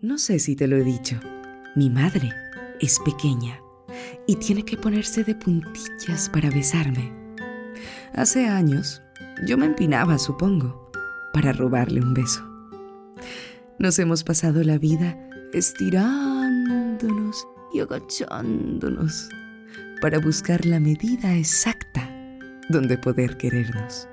No sé si te lo he dicho, mi madre es pequeña y tiene que ponerse de puntillas para besarme. Hace años yo me empinaba, supongo, para robarle un beso. Nos hemos pasado la vida estirándonos y agachándonos para buscar la medida exacta donde poder querernos.